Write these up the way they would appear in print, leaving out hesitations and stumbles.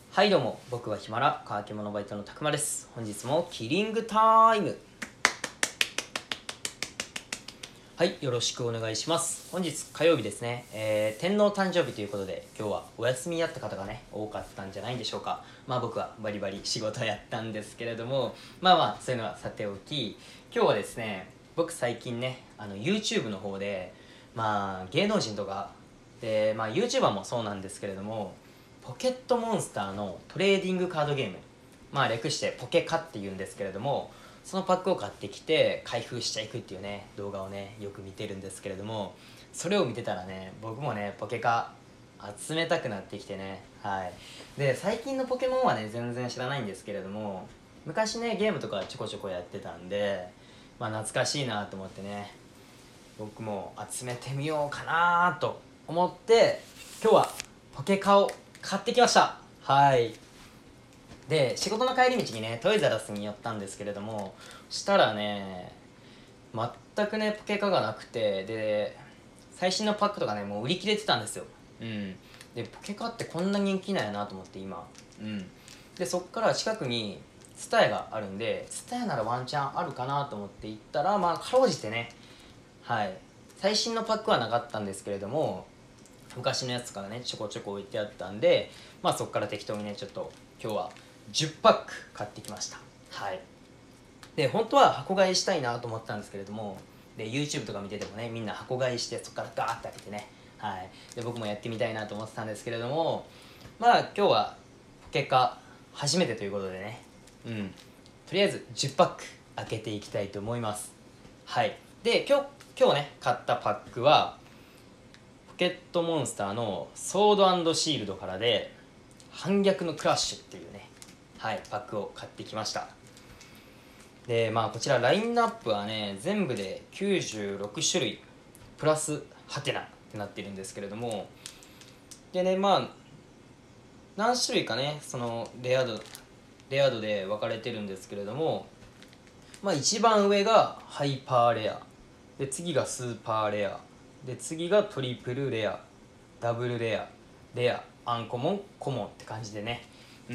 はいどうも、僕はヒマラ乾き物バイトのたくまです。本日もキリングタイム。はい、よろしくお願いします。本日火曜日ですね、天皇誕生日ということで、今日はお休みやった方がね多かったんじゃないでしょうか。僕はバリバリ仕事やったんですけれども、そういうのはさておき、今日はですね、僕最近ねYouTube の方で芸能人とかで、YouTuber もそうなんですけれども、ポケットモンスターのトレーディングカードゲーム、略してポケカっていうんですけれども、そのパックを買ってきて開封していくっていうね動画をねよく見てるんですけれども、それを見てたらね、僕もねポケカ集めたくなってきてね。で、最近のポケモンはね全然知らないんですけれども、昔ねゲームとかちょこちょこやってたんで、懐かしいなと思ってね、僕も集めてみようかなと思って今日はポケカを買ってきました。で、仕事の帰り道にねトイザらスに寄ったんですけれども、したらね全くねポケカがなくて、で最新のパックとかねもう売り切れてたんですよ。でポケカってこんな人気なんやなと思って今。でそっから近くにツタヤがあるんで、ツタヤならワンチャンあるかなと思って行ったら、かろうじてね、最新のパックはなかったんですけれども、昔のやつからねちょこちょこ置いてあったんで、そっから適当にねちょっと今日は10パック買ってきました。で本当は箱買いしたいなと思ったんですけれども、で YouTube とか見ててもねみんな箱買いしてそこからガーッて開けてね、で僕もやってみたいなと思ってたんですけれども、今日はポケカ初めてということでね、とりあえず10パック開けていきたいと思います。で今日ね買ったパックはポケットモンスターのソード&シールドからで反逆のクラッシュっていうね、パックを買ってきました。でこちらラインナップはね全部で96種類プラスハテナってなっているんですけれども、でね何種類かねそのレア度で分かれてるんですけれども、一番上がハイパーレアで、次がスーパーレアで、次がトリプルレア、ダブルレア、レア、アンコモン、コモンって感じでね。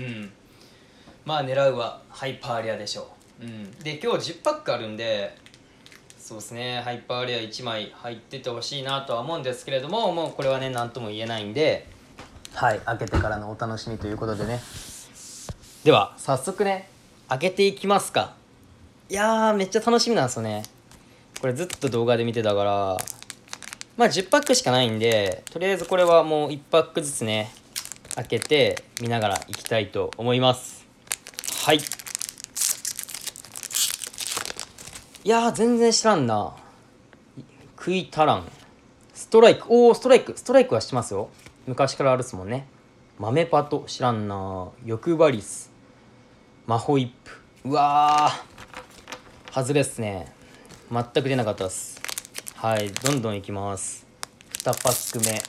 狙うはハイパーレアでしょう。で今日10パックあるんで、そうですね、ハイパーレア1枚入っててほしいなとは思うんですけれども、もうこれはね何とも言えないんで、開けてからのお楽しみということでね。では早速ね開けていきますか。いやーめっちゃ楽しみなんですよね。これずっと動画で見てたから、10パックしかないんで、とりあえずこれはもう1パックずつね開けて見ながらいきたいと思います。いやー全然知らんな。クイタラン、ストライク、ストライクは知ってますよ。昔からあるっすもんね。豆パト知らんな。欲張りす、マホイップ、うわー外れっすね。全く出なかったっす。どんどんいきます。2パック目、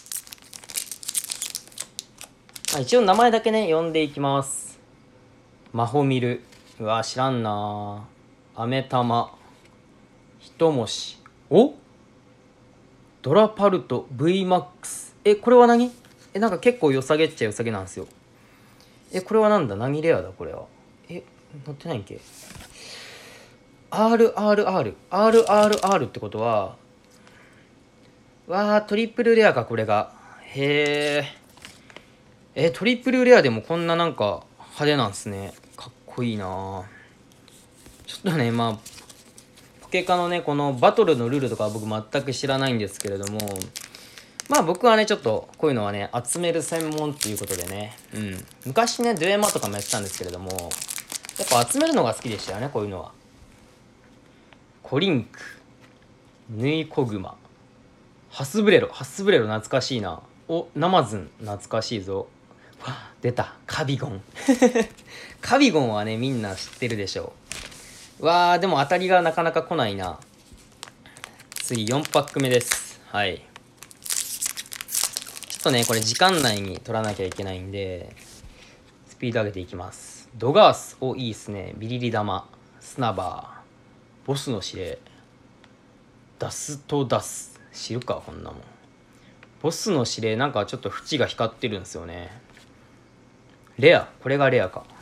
一応名前だけね読んでいきます。マホミル、うわ知らんな。アメタマ、ひともし、ドラパルト VMAX、 これは何？なんか結構良さげっちゃ良さげなんですよ。これはなんだ、何レアだこれは。載ってないんけ。 RRR ってことは、トリプルレアかこれが。へえ。トリプルレアでもこんななんか派手なんすね。かっこいいな。ちょっとねポケカのねこのバトルのルールとかは僕全く知らないんですけれども、僕はねちょっとこういうのはね集める専門っていうことでね、昔ねデュエマとかもやってたんですけれども、やっぱ集めるのが好きでしたよね、こういうのは。コリンク、ヌイコグマ、ハスブレロ懐かしいな。ナマズン懐かしいぞ。出たカビゴンカビゴンはねみんな知ってるでしょう。でも当たりがなかなか来ないな。次4パック目です。ちょっとねこれ時間内に取らなきゃいけないんでスピード上げていきます。ドガース、いいっすね。ビリリ玉、スナバー、ボスの指令、ダストダス、知るかこんなもん。ボスの指令なんかちょっと縁が光ってるんですよね。 レア、これがレアか。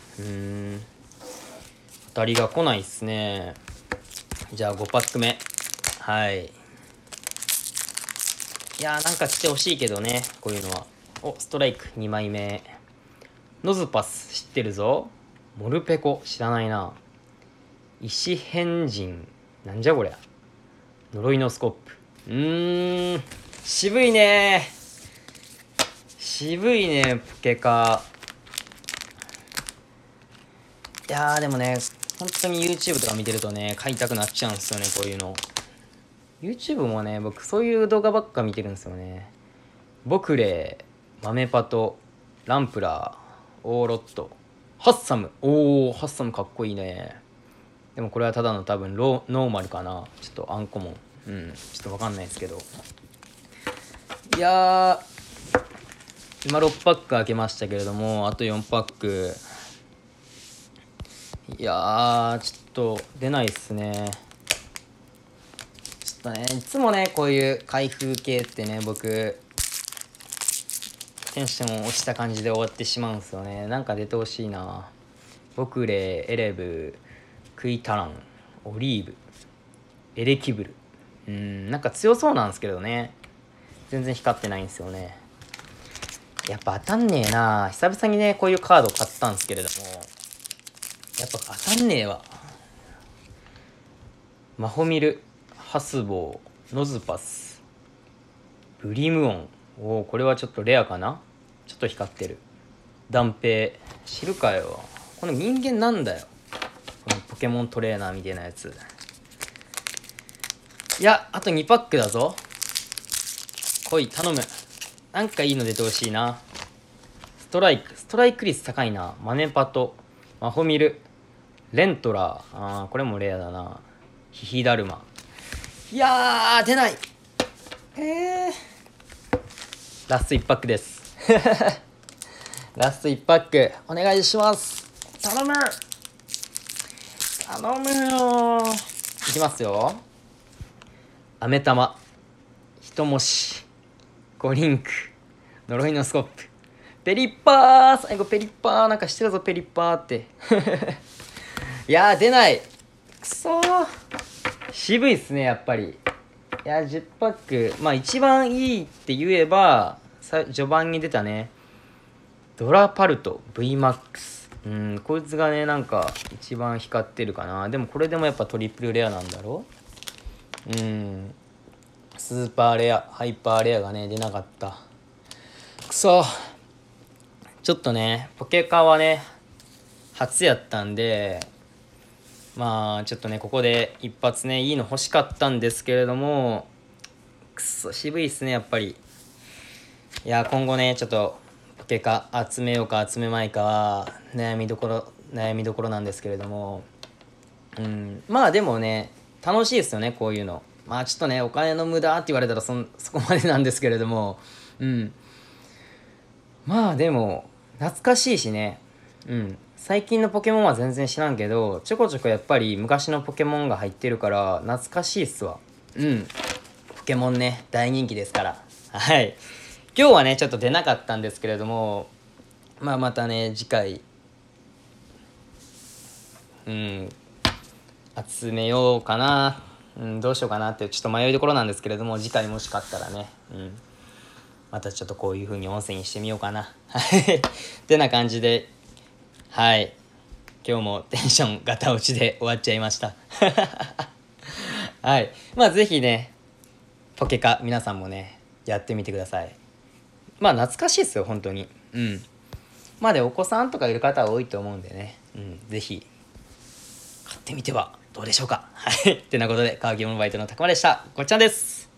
当たりが来ないっすね。じゃあ5パック目。はい。いやー、なんか来てほしいけどね、こういうのは。お、ストライク2枚目。ノズパス知ってるぞ。モルペコ知らないな。石変人なんじゃこりゃ。呪いのスコップ。渋いね。渋いね、ポケカ。いやーでもね、本当に YouTube とか見てるとね、買いたくなっちゃうんですよね、こういうの。YouTube もね、僕そういう動画ばっか見てるんですよね。ボクレー、マメパト、ランプラー、オーロット、ハッサム。おー、ハッサムかっこいいね。でもこれはただの多分ノーマルかな。ちょっとアンコモン。ちょっとわかんないですけど。いやー、今6パック開けましたけれども、あと4パック。いやー、ちょっと出ないっすね。ちょっとね、いつもね、こういう開封系ってね、僕、テンションを落ちた感じで終わってしまうんですよね。なんか出てほしいな。ボクレー、エレブ、クイタラン、オリーブ、エレキブル。なんか強そうなんですけどね。全然光ってないんですよね。やっぱ当たんねえな。久々にね、こういうカード買ったんですけれども、やっぱ当たんねえわ。マホミル、ハスボー、ノズパス、ブリムオン。おお、これはちょっとレアかな。ちょっと光ってる。断平、知るかよ。この人間なんだよ、このポケモントレーナーみたいなやつ。いや、あと2パックだぞ。来い、頼む。なんかいいの出てほしいな。ストライク率高いな。マネパト、マホミル、レントラー。これもレアだな。ヒヒダルマ。いやー、出ない。ラスト1パックです。ラスト1パックお願いします。頼むよ。いきますよ。アメタマ、ヒトモシ、ゴリンク、呪いのスコップ、ペリッパー。最後ペリッパー。なんかしてるぞペリッパーっていやー、出ない。くそー、渋いっすね、やっぱり。いや、10パック、まあ一番いいって言えば序盤に出たね、ドラパルト VMAX。こいつがね、なんか一番光ってるかな。でもこれでもやっぱトリプルレアなんだろう。スーパーレア、ハイパーレアがね、出なかった。くそ、ちょっとね、ポケカはね、初やったんで、まあちょっとね、ここで一発ね、いいの欲しかったんですけれども、くそ渋いっすね、やっぱり。いや、今後ね、ちょっとポケカ集めようか集めまいかは悩みどころなんですけれども、まあでもね、楽しいですよね、こういうの。まあちょっとね、お金の無駄って言われたらそこまでなんですけれども、まあでも懐かしいしね。最近のポケモンは全然知らんけど、ちょこちょこやっぱり昔のポケモンが入ってるから懐かしいっすわ。ポケモンね、大人気ですから。はい。今日はね、ちょっと出なかったんですけれども、まあまたね、次回集めようかな。どうしようかなってちょっと迷いどころなんですけれども、次回もしかったらね、またちょっとこういう風に音声にしてみようかな。はいってな感じで、はい、今日もテンションガタ落ちで終わっちゃいましたはい、まあぜひね、ポケカ皆さんもね、やってみてください。まあ懐かしいですよ、本当に。まあでお子さんとかいる方は多いと思うんでね、ぜひ買ってみてはどうでしょうか。はい。ってなことで、川木モノバイトのたくまでした。ごっちゃんです。